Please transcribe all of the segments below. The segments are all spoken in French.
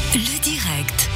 Le direct.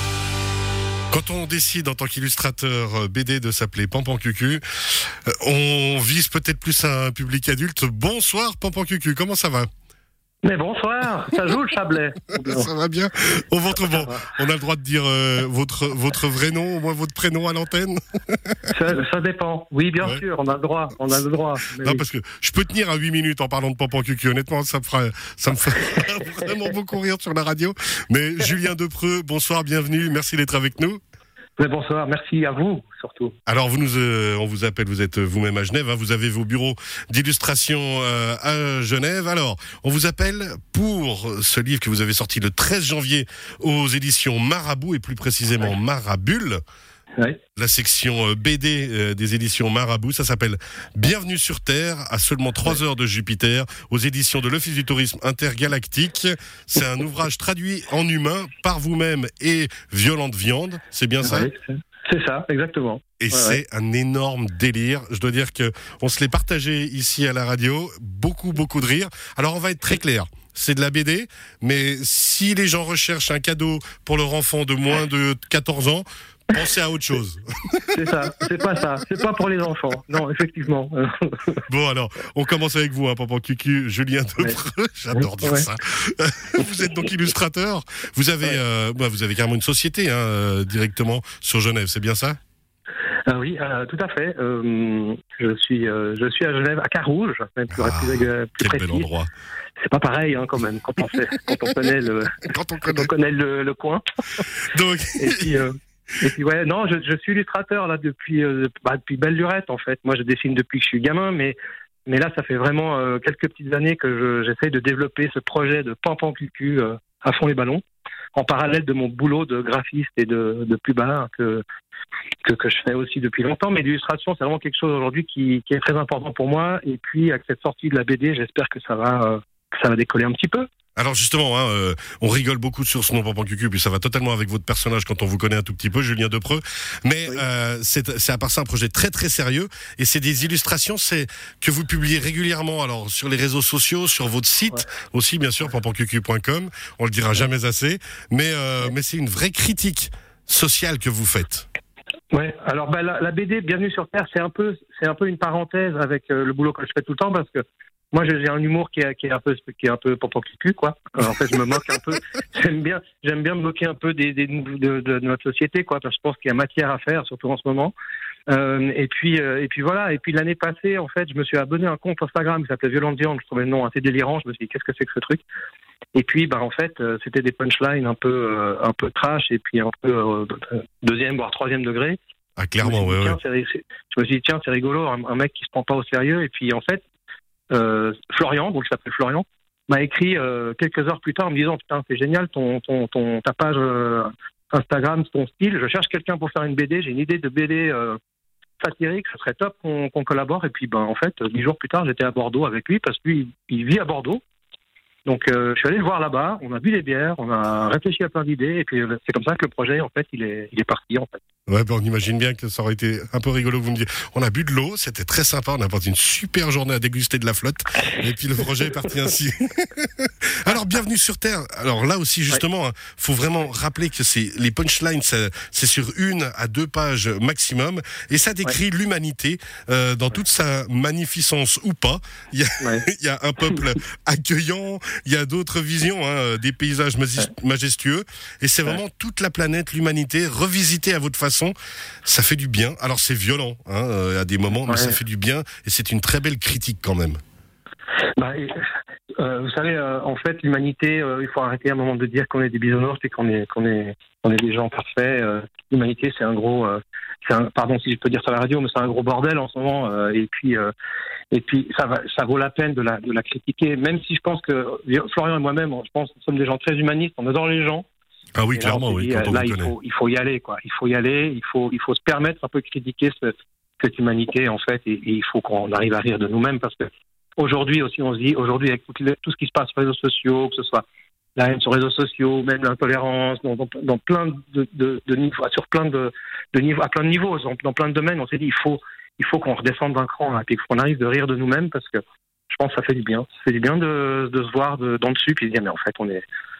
Quand on décide en tant qu'illustrateur BD de s'appeler Pampancucu, on vise peut-être plus un public adulte. Bonsoir Pampancucu, comment ça va ? Mais bonsoir, ça joue le Chablais. Ça va bien. On a le droit de dire votre vrai nom, au moins votre prénom à l'antenne. Ça dépend. Oui, bien sûr, on a le droit. Non, parce que je peux tenir à 8 minutes en parlant de Pampancucu. Honnêtement, ça me fera vraiment beaucoup rire sur la radio. Mais Julien Depreux, bonsoir, bienvenue. Merci d'être avec nous. Mais bonsoir, merci à vous surtout. Alors on vous appelle, vous êtes vous-même à Genève, vous avez vos bureaux d'illustration à Genève. Alors on vous appelle pour ce livre que vous avez sorti le 13 janvier aux éditions Marabout et plus précisément Marabule. Oui. La section BD des éditions Marabout, ça s'appelle Bienvenue sur Terre, à seulement 3 heures de Jupiter, aux éditions de l'Office du tourisme intergalactique. C'est un ouvrage traduit en humain par vous-même et Violente Viande, c'est bien ça ? Oui, c'est ça, exactement. Et c'est un énorme délire. Je dois dire que on se l'est partagé ici à la radio. Beaucoup de rire. Alors on va être très clair. C'est de la BD, mais si les gens recherchent un cadeau pour leur enfant de moins de 14 ans, pensez à autre chose. C'est ça, c'est pas ça. C'est pas pour les enfants. Non, effectivement. Bon alors, on commence avec vous, Pampancucu, Julien Depreux. J'adore dire ça. Vous êtes donc illustrateur. Vous avez carrément une société directement sur Genève, c'est bien ça ? Oui, tout à fait. Je suis à Genève, à Carouge, même plus quel précis. bel endroit. C'est pas pareil quand même quand on connaît le coin. Donc. Et puis ouais, non, je suis illustrateur là depuis belle lurette en fait. Moi, je dessine depuis que je suis gamin, mais là, ça fait vraiment quelques petites années que j'essaye de développer ce projet de Pampancucu à fond les ballons, en parallèle de mon boulot de graphiste et de pubard que je fais aussi depuis longtemps. Mais l'illustration, c'est vraiment quelque chose aujourd'hui qui est très important pour moi. Et puis, avec cette sortie de la BD, j'espère que ça va décoller un petit peu. Alors justement, on rigole beaucoup sur ce nom Pampancucu, puis ça va totalement avec votre personnage quand on vous connaît un tout petit peu, Julien Depreux. Mais oui. C'est à part ça un projet très très sérieux, et c'est des illustrations, c'est que vous publiez régulièrement, alors sur les réseaux sociaux, sur votre site aussi bien sûr, pampancucu.com. On le dira jamais assez, mais c'est une vraie critique sociale que vous faites. Ouais. Alors la BD Bienvenue sur Terre, c'est un peu une parenthèse avec le boulot que je fais tout le temps parce que moi, j'ai un humour qui est un peu Pampancucu, quoi. En fait, je me moque un peu. J'aime bien me moquer un peu de notre société, quoi. Parce que je pense qu'il y a matière à faire, surtout en ce moment. Et puis voilà. Et puis l'année passée, en fait, je me suis abonné à un compte Instagram qui s'appelait Violente Viande. Je trouvais le nom assez délirant. Je me suis dit, qu'est-ce que c'est que ce truc ? Et puis, en fait, c'était des punchlines un peu trash et puis un peu deuxième voire troisième degré. Ah, clairement, ouais. Je me suis dit, tiens, c'est rigolo, un mec qui se prend pas au sérieux. Et puis, en fait. Florian, donc il s'appelle Florian, m'a écrit quelques heures plus tard en me disant putain c'est génial ta page Instagram, ton style, je cherche quelqu'un pour faire une BD, j'ai une idée de BD satirique, ce serait top qu'on collabore. Et puis en fait 10 jours plus tard j'étais à Bordeaux avec lui parce que lui il vit à Bordeaux. Donc je suis allé le voir là-bas, on a bu des bières, on a réfléchi à plein d'idées et puis c'est comme ça que le projet en fait il est parti en fait. Ouais, on imagine bien que ça aurait été un peu rigolo. Vous me dites, on a bu de l'eau, c'était très sympa, on a passé une super journée à déguster de la flotte, et puis le projet est parti ainsi. Alors, Bienvenue sur Terre. Alors là aussi, justement, faut vraiment rappeler que les punchlines, c'est sur 1 à 2 pages maximum, et ça décrit l'humanité dans toute sa magnificence ou pas. Il y a un peuple accueillant, il y a d'autres visions, des paysages majestueux, et c'est vraiment toute la planète, l'humanité, revisitée à votre façon. Ça fait du bien. Alors c'est violent à des moments, mais ça fait du bien et c'est une très belle critique quand même. Vous savez, en fait, l'humanité, il faut arrêter à un moment de dire qu'on est des bisounours et qu'on est des gens parfaits. L'humanité, c'est un gros, pardon si je peux dire ça à la radio, mais c'est un gros bordel en ce moment. Et puis ça vaut la peine de la critiquer, même si je pense que Florian et moi-même, je pense que nous sommes des gens très humanistes, on adore les gens. Ah oui, clairement, oui. Quand on là, il faut y aller, quoi. Il faut y aller. Il faut se permettre un peu de critiquer cette humanité, en fait, et il faut qu'on arrive à rire de nous-mêmes, parce que aujourd'hui aussi, on se dit, aujourd'hui, avec tout ce qui se passe sur les réseaux sociaux, que ce soit la haine sur les réseaux sociaux, même l'intolérance, dans plein de niveaux, sur plein de niveaux, à plein de niveaux, dans plein de domaines, on s'est dit, il faut qu'on redescende d'un cran, là, puis qu'on arrive de rire de nous-mêmes, parce que je pense que ça fait du bien. Ça fait du bien de se voir d'en dessus, puis de dire, mais en fait,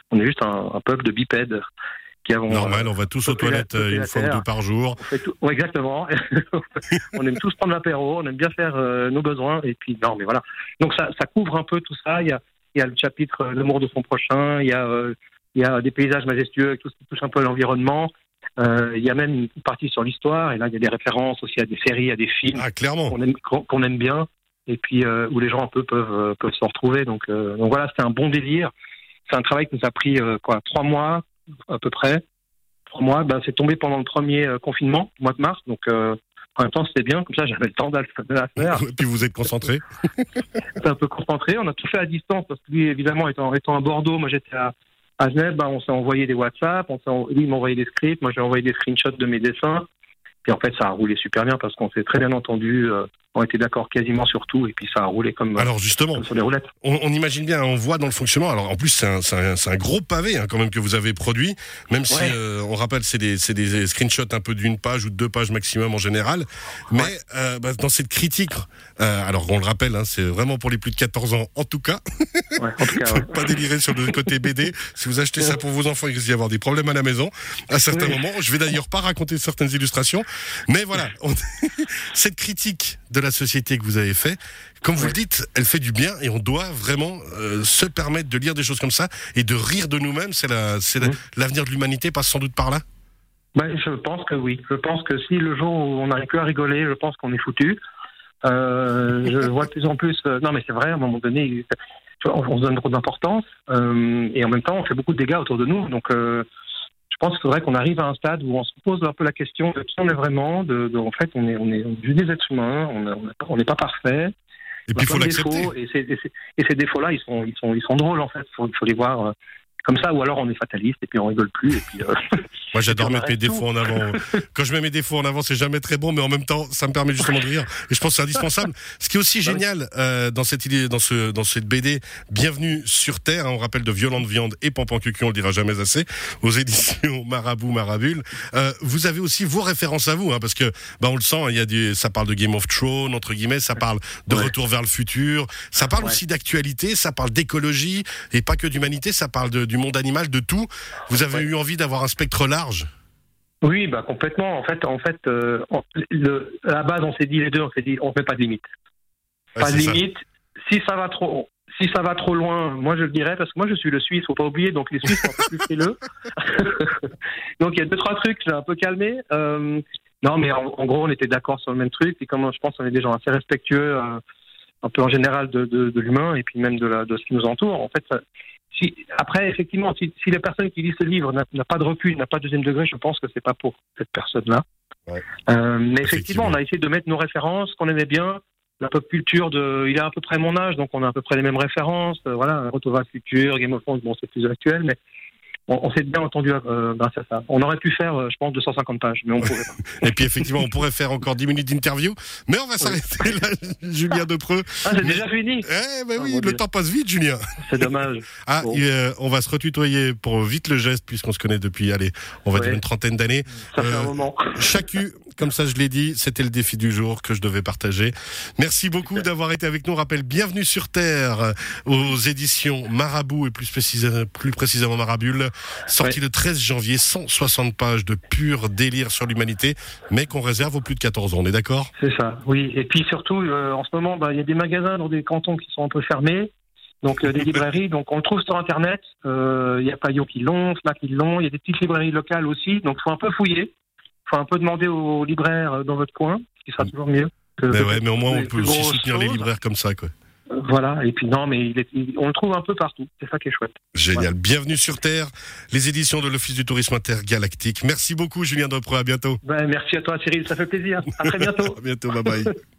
On est juste un peuple de bipèdes qui avons... Normal, on va tous aux toilettes une fois ou deux par jour. Ouais, exactement. On aime tous prendre l'apéro, on aime bien faire nos besoins, et puis non, mais voilà. Donc ça couvre un peu tout ça. Il y a le chapitre l'amour de son prochain, il y a des paysages majestueux, tout ce qui touche un peu à l'environnement. Il y a même une partie sur l'histoire, et là il y a des références aussi à des séries, à des films qu'on aime bien, et puis où les gens un peu peuvent se retrouver. Donc voilà, c'était un bon délire. C'est un travail qui nous a pris 3 mois à peu près. 3 mois, c'est tombé pendant le premier confinement, au mois de mars, donc en même temps c'était bien, comme ça j'avais le temps de la faire. Et puis vous êtes concentré. C'est un peu concentré, on a tout fait à distance, parce que lui évidemment étant à Bordeaux, moi j'étais à Genève, on s'est envoyé des WhatsApp, lui il m'a envoyé des scripts, moi j'ai envoyé des screenshots de mes dessins, et en fait ça a roulé super bien parce qu'on s'est très bien entendu, on était d'accord quasiment sur tout, et puis ça a roulé comme, alors justement, comme sur des roulettes. On imagine bien, on voit dans le fonctionnement, alors en plus c'est un gros pavé quand même que vous avez produit, même si on rappelle c'est des screenshots un peu d'1 page ou de 2 pages maximum en général, mais dans cette critique, alors on le rappelle, c'est vraiment pour les plus de 14 ans en tout cas, faut pas délirer sur le côté BD, si vous achetez ça pour vos enfants, il risque d'y avoir des problèmes à la maison à certains moments. Je vais d'ailleurs pas raconter certaines illustrations, mais voilà, cette critique de la société que vous avez fait, comme vous le dites, elle fait du bien, et on doit vraiment se permettre de lire des choses comme ça et de rire de nous-mêmes. L'avenir de l'humanité passe sans doute par là. Je pense que oui. Je pense que si le jour où on n'arrive plus à rigoler, je pense qu'on est foutu. Je vois de plus en plus... non mais c'est vrai, à un moment donné, on se donne trop d'importance, et en même temps on fait beaucoup de dégâts autour de nous, donc... je pense qu'il faudrait qu'on arrive à un stade où on se pose un peu la question de qui on est vraiment, en fait, on est juste des êtres humains, on n'est pas parfait. Et puis il faut l'accepter. Et ces défauts-là, ils sont drôles en fait. Il faut les voir comme ça, ou alors on est fataliste et puis on rigole plus. Et puis, moi j'adore mettre mes défauts en avant. Quand je mets mes défauts en avant, c'est jamais très bon, mais en même temps, ça me permet justement de rire. Et je pense que c'est indispensable. Ce qui est aussi génial dans cette idée, dans cette BD, Bienvenue sur Terre, on rappelle de Violente Viande et Pampan Cucu, on le dira jamais assez, aux éditions Marabout Marabule. Vous avez aussi vos références à vous, parce que on le sent, ça parle de Game of Thrones entre guillemets, ça parle de Retour vers le futur, ça parle aussi d'actualité, ça parle d'écologie et pas que d'humanité, ça parle du monde animal, de tout. Vous avez eu envie d'avoir un spectre large. Oui, complètement. En fait, à la base, on s'est dit les deux, on fait pas de limite. Pas de limite. Si ça va trop loin, moi je le dirais, parce que moi je suis le Suisse, faut pas oublier, donc les Suisses sont un peu plus frileux. Donc il y a 2-3 trucs, j'ai un peu calmé. Non, mais en gros, on était d'accord sur le même truc, et comme je pense qu'on est des gens assez respectueux, un peu en général de l'humain, et puis même de ce qui nous entoure, en fait, après, effectivement, si la personne qui lit ce livre n'a pas de recul, n'a pas de deuxième degré, je pense que c'est pas pour cette personne-là. Mais effectivement, on a essayé de mettre nos références qu'on aimait bien. La pop culture, il a à peu près mon âge, donc on a à peu près les mêmes références. Retour vers le futur, Game of Thrones, c'est plus actuel, mais on s'est bien entendu grâce à ça. On aurait pu faire, je pense, 250 pages, mais on pourrait pas. Et puis effectivement, on pourrait faire encore 10 minutes d'interview, mais on va s'arrêter là, Julien Depreux. C'est déjà fini. Le temps passe vite, Julien. C'est dommage. On va se retutoyer pour vite le geste, puisqu'on se connaît depuis, on va dire une 30aine d'années. Ça fait un moment. Chacun, comme ça je l'ai dit, c'était le défi du jour que je devais partager. Merci beaucoup d'avoir été avec nous. On rappelle Bienvenue sur Terre aux éditions Marabout et plus précisément Marabule. Sorti le 13 janvier, 160 pages de pur délire sur l'humanité, mais qu'on réserve aux plus de 14 ans, on est d'accord ? C'est ça, oui. Et puis surtout, en ce moment, il y a des magasins dans des cantons qui sont un peu fermés, donc des librairies, donc on le trouve sur Internet. Il y a Payot qui l'ont, Fnac qui l'ont, il y a des petites librairies locales aussi, donc il faut un peu fouiller, il faut un peu demander aux libraires dans votre coin, ce qui sera toujours mieux. Mais au moins on peut aussi soutenir les libraires comme ça, quoi. Voilà, et puis non, mais on le trouve un peu partout, c'est ça qui est chouette. Génial, Bienvenue sur Terre, les éditions de l'Office du tourisme intergalactique. Merci beaucoup Julien Depreux, à bientôt. Merci à toi Cyril, ça fait plaisir, à très bientôt. À bientôt, bye bye.